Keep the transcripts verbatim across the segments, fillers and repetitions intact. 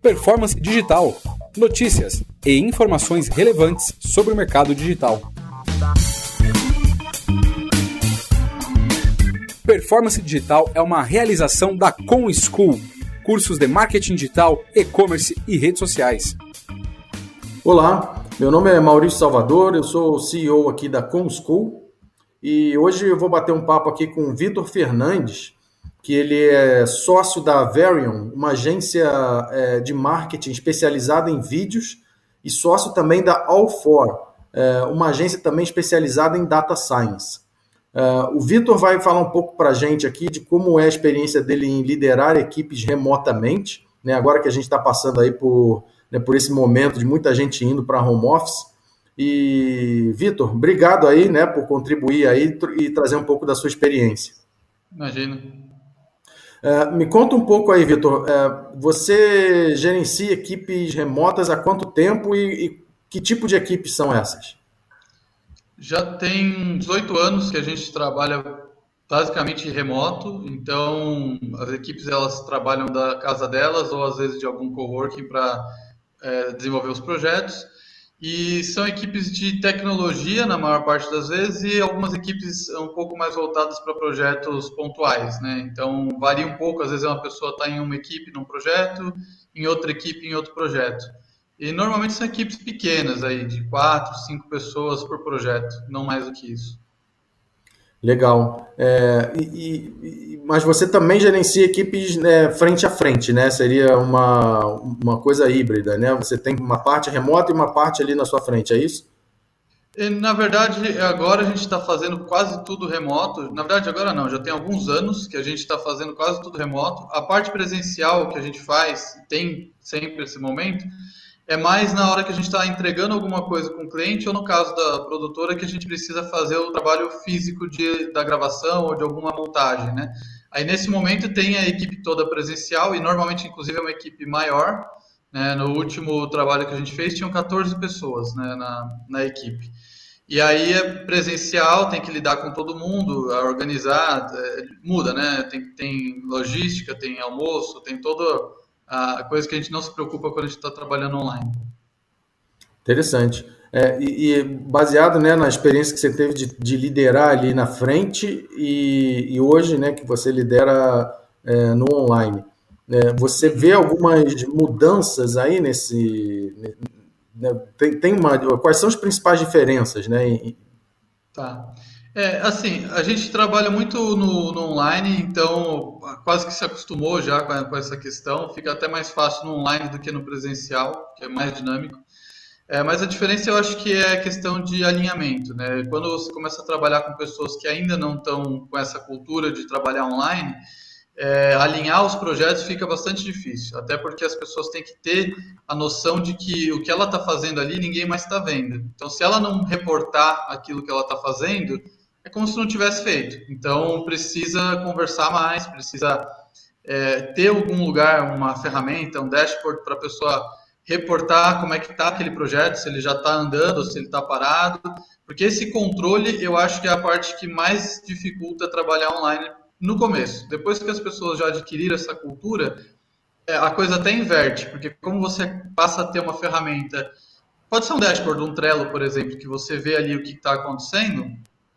Performance digital, notícias e informações relevantes sobre o mercado digital. Performance digital é uma realização da ComSchool, cursos de marketing digital, e-commerce e redes sociais. Olá, meu nome é Maurício Salvador, eu sou o C E O aqui da ComSchool e hoje eu vou bater um papo aqui com o Vitor Fernandes, que ele é sócio da Varion, uma agência é, de marketing especializada em vídeos, e sócio também da All four, é, uma agência também especializada em data science. É, o Vitor vai falar um pouco para a gente aqui de como é a experiência dele em liderar equipes remotamente, né, agora que a gente está passando aí por, né, por esse momento de muita gente indo para home office. E, Vitor, obrigado aí, né, por contribuir aí e trazer um pouco da sua experiência. Imagina. Uh, me conta um pouco aí, Vitor, uh, você gerencia equipes remotas há quanto tempo e, e que tipo de equipes são essas? Já tem dezoito anos que a gente trabalha basicamente remoto, então as equipes elas trabalham da casa delas ou às vezes de algum coworking para é, desenvolver os projetos. E são equipes de tecnologia, na maior parte das vezes, e algumas equipes um pouco mais voltadas para projetos pontuais, né? Então, varia um pouco, às vezes uma pessoa está em uma equipe num projeto, em outra equipe em outro projeto. E normalmente são equipes pequenas, aí, de quatro, cinco pessoas por projeto, não mais do que isso. Legal. É, e, e, mas você também gerencia equipes, né, frente a frente, né? Seria uma, uma coisa híbrida, né? Você tem uma parte remota e uma parte ali na sua frente, é isso? E, na verdade, agora a gente está fazendo quase tudo remoto. Na verdade, agora não, já tem alguns anos que a gente está fazendo quase tudo remoto. A parte presencial que a gente faz, tem sempre esse momento, é mais na hora que a gente está entregando alguma coisa com o cliente ou no caso da produtora que a gente precisa fazer o trabalho físico de, da gravação ou de alguma montagem, né? Aí nesse momento tem a equipe toda presencial e normalmente inclusive é uma equipe maior, né? No último trabalho que a gente fez tinham quatorze pessoas, né, na, na equipe. E aí é presencial, tem que lidar com todo mundo, organizar, é, muda, né? Tem, tem logística, tem almoço, tem toda a coisa que a gente não se preocupa quando a gente está trabalhando online. Interessante. É, e, e baseado, né, na experiência que você teve de, de liderar ali na frente e, e hoje, né, que você lidera é, no online, é, você vê algumas mudanças aí nesse... Né, tem, tem uma, quais são as principais diferenças, né? Tá. É, assim, a gente trabalha muito no, no online, então quase que se acostumou já com, a, com essa questão, fica até mais fácil no online do que no presencial, que é mais dinâmico. É, mas a diferença eu acho que é a questão de alinhamento, né? Quando você começa a trabalhar com pessoas que ainda não estão com essa cultura de trabalhar online, é, alinhar os projetos fica bastante difícil, até porque as pessoas têm que ter a noção de que o que ela está fazendo ali ninguém mais está vendo. Então, se ela não reportar aquilo que ela está fazendo, é como se não tivesse feito. Então, precisa conversar mais, precisa é, ter algum lugar, uma ferramenta, um dashboard para a pessoa reportar como é que está aquele projeto, se ele já está andando, se ele está parado, porque esse controle eu acho que é a parte que mais dificulta trabalhar online no começo. Depois que as pessoas já adquiriram essa cultura, a coisa até inverte, porque como você passa a ter uma ferramenta, pode ser um dashboard, um Trello, por exemplo, que você vê ali o que está acontecendo,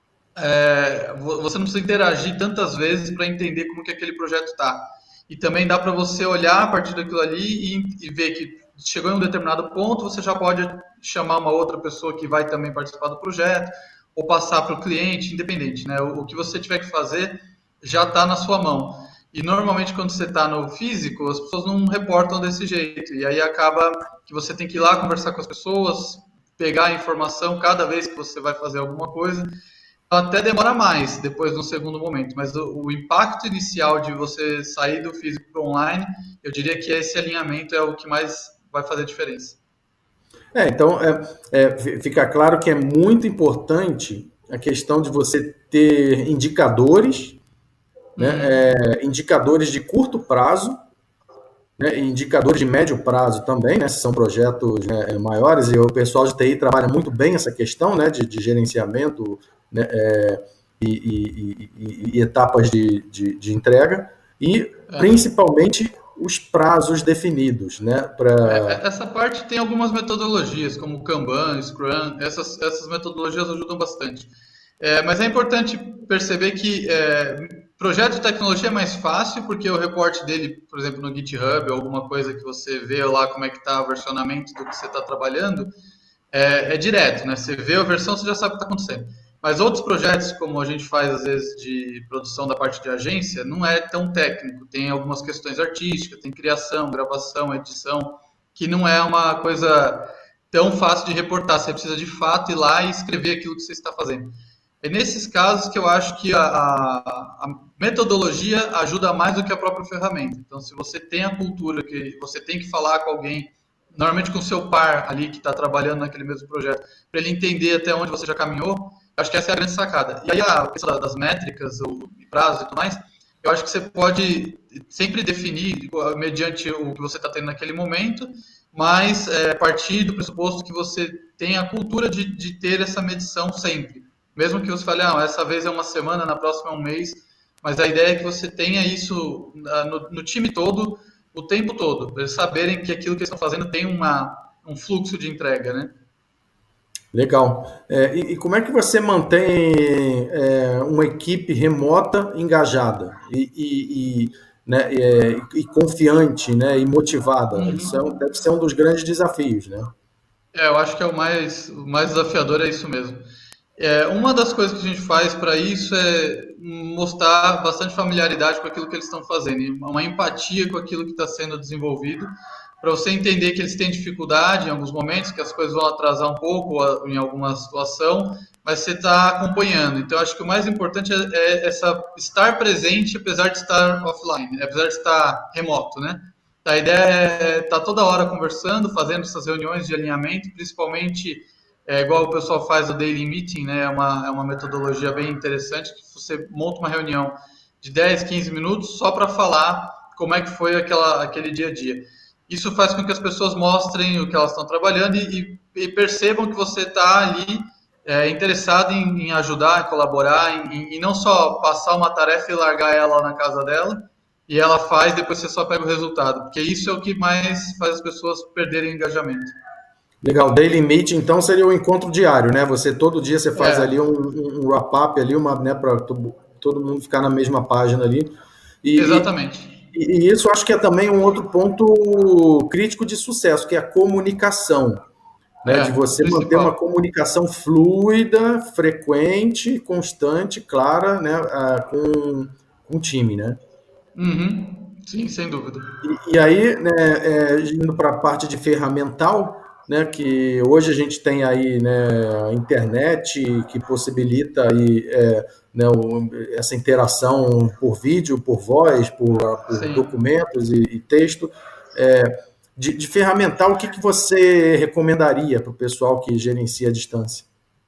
é, você não precisa interagir tantas vezes para entender como que aquele projeto está. E também dá para você olhar a partir daquilo ali e, e ver que chegou em um determinado ponto, você já pode chamar uma outra pessoa que vai também participar do projeto, ou passar para o cliente, independente, né? O, o que você tiver que fazer já está na sua mão. E normalmente quando você está no físico, as pessoas não reportam desse jeito. E aí acaba que você tem que ir lá conversar com as pessoas, pegar a informação cada vez que você vai fazer alguma coisa. Até demora mais depois no segundo momento, mas o, o impacto inicial de você sair do físico para o online, eu diria que esse alinhamento é o que mais vai fazer diferença. É, então é, é, fica claro que é muito importante a questão de você ter indicadores, né, uhum. é, indicadores de curto prazo, né, indicadores de médio prazo também, né, se são projetos, né, maiores, e o pessoal de T I trabalha muito bem essa questão, né, de, de gerenciamento, né, é, e, e, e, e etapas de, de, de entrega, e é. principalmente os prazos definidos, né? Pra... Essa parte tem algumas metodologias, como Kanban, Scrum, essas, essas metodologias ajudam bastante. É, mas é importante perceber que é, projeto de tecnologia é mais fácil, porque o reporte dele, por exemplo, no GitHub, ou alguma coisa que você vê lá como é que está o versionamento do que você está trabalhando, é, é direto, né? Você vê a versão, você já sabe o que está acontecendo. Mas outros projetos, como a gente faz às vezes de produção da parte de agência, não é tão técnico. Tem algumas questões artísticas, tem criação, gravação, edição, que não é uma coisa tão fácil de reportar. Você precisa de fato ir lá e escrever aquilo que você está fazendo. É nesses casos que eu acho que a, a, a metodologia ajuda mais do que a própria ferramenta. Então, se você tem a cultura que você tem que falar com alguém, normalmente com o seu par ali que está trabalhando naquele mesmo projeto, para ele entender até onde você já caminhou, acho que essa é a grande sacada. E aí a questão das métricas, o prazo e tudo mais, eu acho que você pode sempre definir mediante o que você está tendo naquele momento, mas é, partir do pressuposto que você tem a cultura de, de ter essa medição sempre. Mesmo que você fale, ah, essa vez é uma semana, na próxima é um mês, mas a ideia é que você tenha isso no, no time todo, o tempo todo, para eles saberem que aquilo que eles estão fazendo tem uma, um fluxo de entrega, né? Legal. É, e, e como é que você mantém é, uma equipe remota engajada e, e, e, né, e, e confiante, né, e motivada? Uhum. Isso é um, deve ser um dos grandes desafios, né? É, eu acho que é o mais, o mais desafiador, é isso mesmo. É, uma das coisas que a gente faz para isso é mostrar bastante familiaridade com aquilo que eles estão fazendo, e uma empatia com aquilo que está sendo desenvolvido, para você entender que eles têm dificuldade em alguns momentos, que as coisas vão atrasar um pouco em alguma situação, mas você está acompanhando. Então, acho que o mais importante é, é essa, estar presente, apesar de estar offline, apesar de estar remoto, né? A ideia é estar toda hora conversando, fazendo essas reuniões de alinhamento, principalmente, é, igual o pessoal faz o Daily Meeting, né? É uma, é uma metodologia bem interessante, que você monta uma reunião de dez, quinze minutos só para falar como é que foi aquela, aquele dia a dia. Isso faz com que as pessoas mostrem o que elas estão trabalhando e, e percebam que você está ali é, interessado em, em ajudar, em colaborar, em, em não só passar uma tarefa e largar ela na casa dela, e ela faz, depois você só pega o resultado. Porque isso é o que mais faz as pessoas perderem engajamento. Legal. Daily Meet, então, seria o encontro diário, né? Você, todo dia, você faz é. ali um, um wrap-up, ali, uma, né, para todo mundo ficar na mesma página ali. E, Exatamente. E isso acho que é também um outro ponto crítico de sucesso, que é a comunicação. Né? É, de você principal. manter uma comunicação fluida, frequente, constante, clara, né? com, com o time. Né? Uhum. Sim, sem dúvida. E, e aí, né, é, indo para a parte de ferramental, né, que hoje a gente tem aí, né, a internet que possibilita aí, é, né, o, essa interação por vídeo, por voz, por, por documentos e, e texto. É, de, de ferramental, o que, que você recomendaria para o pessoal que gerencia a distância?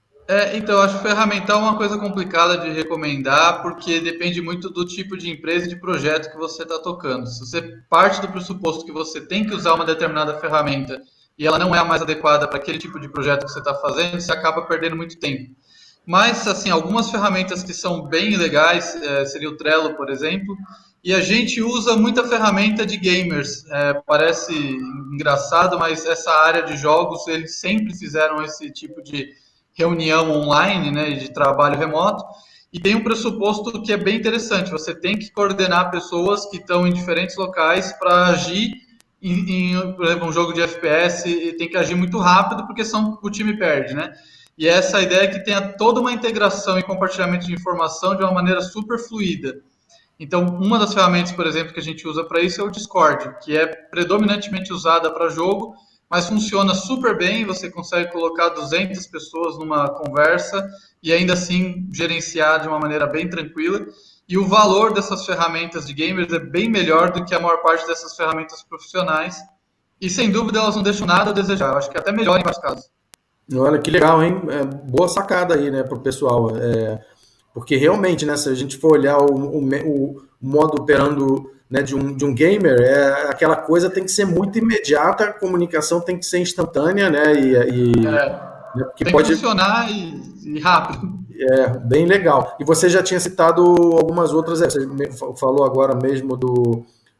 É, então, eu acho que ferramental é uma coisa complicada de recomendar, porque depende muito do tipo de empresa e de projeto que você está tocando. Se você parte do pressuposto que você tem que usar uma determinada ferramenta e ela não é a mais adequada para aquele tipo de projeto que você está fazendo, você acaba perdendo muito tempo. Mas, assim, algumas ferramentas que são bem legais, é, seria o Trello, por exemplo, e a gente usa muita ferramenta de gamers. É, parece engraçado, mas essa área de jogos, eles sempre fizeram esse tipo de reunião online, né, de trabalho remoto, e tem um pressuposto que é bem interessante. Você tem que coordenar pessoas que estão em diferentes locais para agir Em, em, por exemplo, um jogo de F P S, e tem que agir muito rápido, porque senão o time perde, né? E essa ideia é que tenha toda uma integração e compartilhamento de informação de uma maneira super fluida. Então, uma das ferramentas, por exemplo, que a gente usa para isso é o Discord, que é predominantemente usada para jogo, mas funciona super bem, você consegue colocar duzentas pessoas numa conversa e ainda assim gerenciar de uma maneira bem tranquila. E o valor dessas ferramentas de gamers é bem melhor do que a maior parte dessas ferramentas profissionais. E, sem dúvida, elas não deixam nada a desejar. Eu acho que é até melhor em vários casos. Olha, que legal, hein? É, boa sacada aí, né, para o pessoal. É, porque, realmente, né, se a gente for olhar o, o, o modo operando, né, de, um, de um gamer, é, aquela coisa tem que ser muito imediata, a comunicação tem que ser instantânea, né? E, e, é. Né, tem pode que funcionar e, e rápido. É, bem legal. E você já tinha citado algumas outras, você falou agora mesmo do,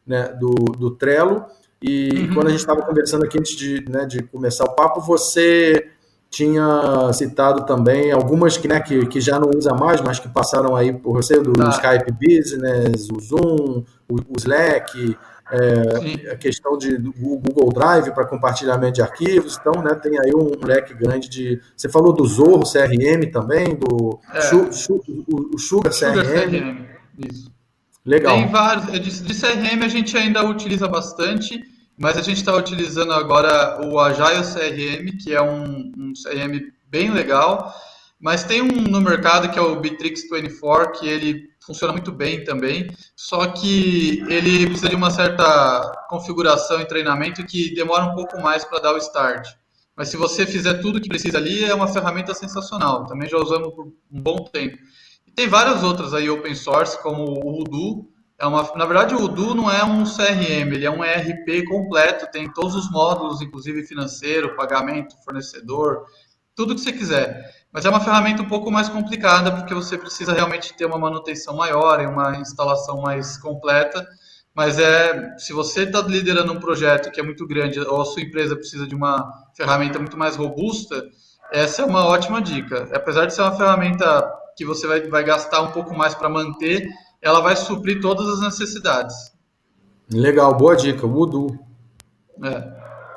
né, do, do Trello. E uhum. quando a gente estava conversando aqui antes de, né, de começar o papo, você tinha citado também algumas que, né, que, que já não usa mais, mas que passaram aí por você, do ah. Skype Business, o Zoom, o, o Slack, é, a questão de, do Google Drive para compartilhamento de arquivos. Então, né, tem aí um leque grande de... Você falou do Zorro C R M também, do é. Chu, Chu, o, o Sugar, Sugar C R M. C R M. Isso. Legal. Tem vários. De, de C R M a gente ainda utiliza bastante, mas a gente está utilizando agora o Agile C R M, que é um, um C R M bem legal, mas tem um no mercado que é o Bitrix vinte e quatro, que ele funciona muito bem também, só que ele precisa de uma certa configuração e treinamento que demora um pouco mais para dar o start. Mas se você fizer tudo que precisa ali, é uma ferramenta sensacional. Também já usamos por um bom tempo. E tem várias outras aí open source, como o Odoo. É uma, na verdade, o Odoo não é um C R M, ele é um E R P completo, tem todos os módulos, inclusive financeiro, pagamento, fornecedor, tudo que você quiser. Mas é uma ferramenta um pouco mais complicada, porque você precisa realmente ter uma manutenção maior e uma instalação mais completa. Mas é, se você está liderando um projeto que é muito grande, ou a sua empresa precisa de uma ferramenta muito mais robusta, essa é uma ótima dica. Apesar de ser uma ferramenta que você vai, vai gastar um pouco mais para manter, ela vai suprir todas as necessidades. Legal, boa dica, o Odoo. É.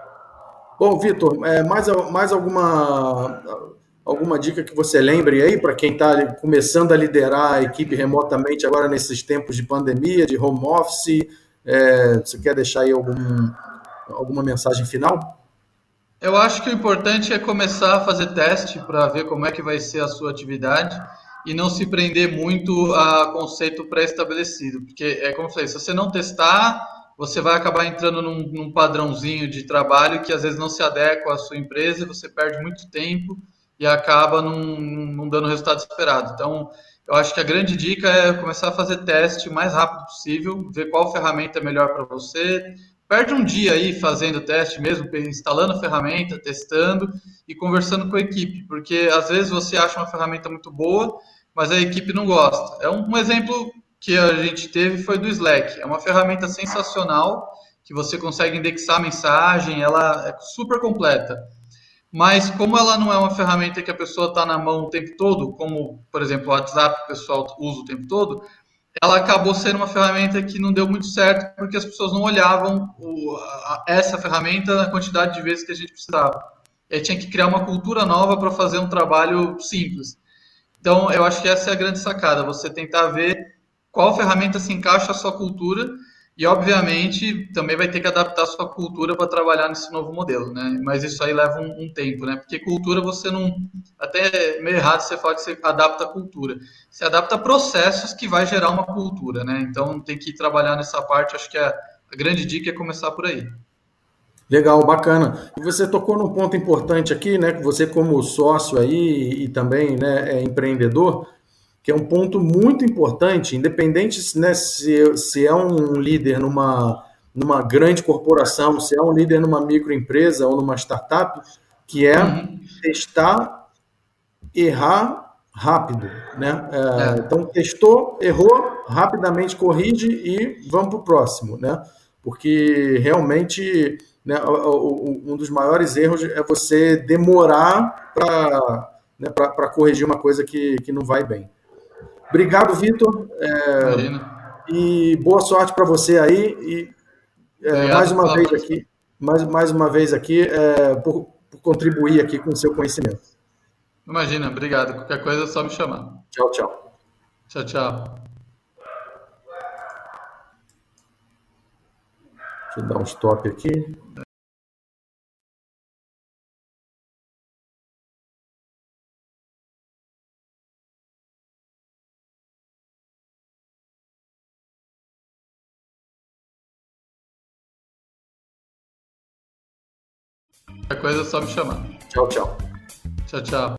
Bom, Vitor, é, mais, mais alguma, alguma dica que você lembre aí para quem está começando a liderar a equipe remotamente agora nesses tempos de pandemia, de home office? É, você quer deixar aí algum, alguma mensagem final? Eu acho que o importante é começar a fazer teste para ver como é que vai ser a sua atividade e não se prender muito a conceito pré-estabelecido, porque é como eu falei, se você não testar, você vai acabar entrando num, num padrãozinho de trabalho que às vezes não se adequa à sua empresa, você perde muito tempo e acaba não, não dando o resultado esperado. Então, eu acho que a grande dica é começar a fazer teste o mais rápido possível, ver qual ferramenta é melhor para você. Perde um dia aí fazendo teste mesmo, instalando a ferramenta, testando e conversando com a equipe, porque às vezes você acha uma ferramenta muito boa, mas a equipe não gosta. É um, um exemplo que a gente teve foi do Slack. É uma ferramenta sensacional, que você consegue indexar a mensagem, ela é super completa. Mas como ela não é uma ferramenta que a pessoa está na mão o tempo todo, como, por exemplo, o WhatsApp que o pessoal usa o tempo todo, ela acabou sendo uma ferramenta que não deu muito certo, porque as pessoas não olhavam o, a, essa ferramenta na quantidade de vezes que a gente precisava. E aí tinha que criar uma cultura nova para fazer um trabalho simples. Então, eu acho que essa é a grande sacada, você tentar ver qual ferramenta se encaixa à sua cultura e, obviamente, também vai ter que adaptar a sua cultura para trabalhar nesse novo modelo, né? Mas isso aí leva um, um tempo, né? Porque cultura você não... Até é meio errado você falar que você adapta a cultura. Você adapta processos que vai gerar uma cultura, né? Então, tem que trabalhar nessa parte. Acho que a, a grande dica é começar por aí. Legal, bacana. E você tocou num ponto importante aqui, né? Que você como sócio aí e também, né, é empreendedor, que é um ponto muito importante, independente, né, se, se é um líder numa, numa grande corporação, se é um líder numa microempresa ou numa startup, que é uhum. testar, errar rápido, né? É, é. Então, testou, errou, rapidamente corrige e vamos para o próximo, né? Porque realmente... Né, um dos maiores erros é você demorar para, né, para corrigir uma coisa que, que não vai bem. Obrigado, Vitor. É, e boa sorte para você aí. E é, mais uma vez aqui, mais, mais uma vez aqui, é, por, por contribuir aqui com o seu conhecimento. Imagina, obrigado. Qualquer coisa é só me chamar. Tchau, tchau. Tchau, tchau. Deixa eu dar um stop aqui. Qualquer coisa é só me chamar. Tchau, tchau. Tchau, tchau.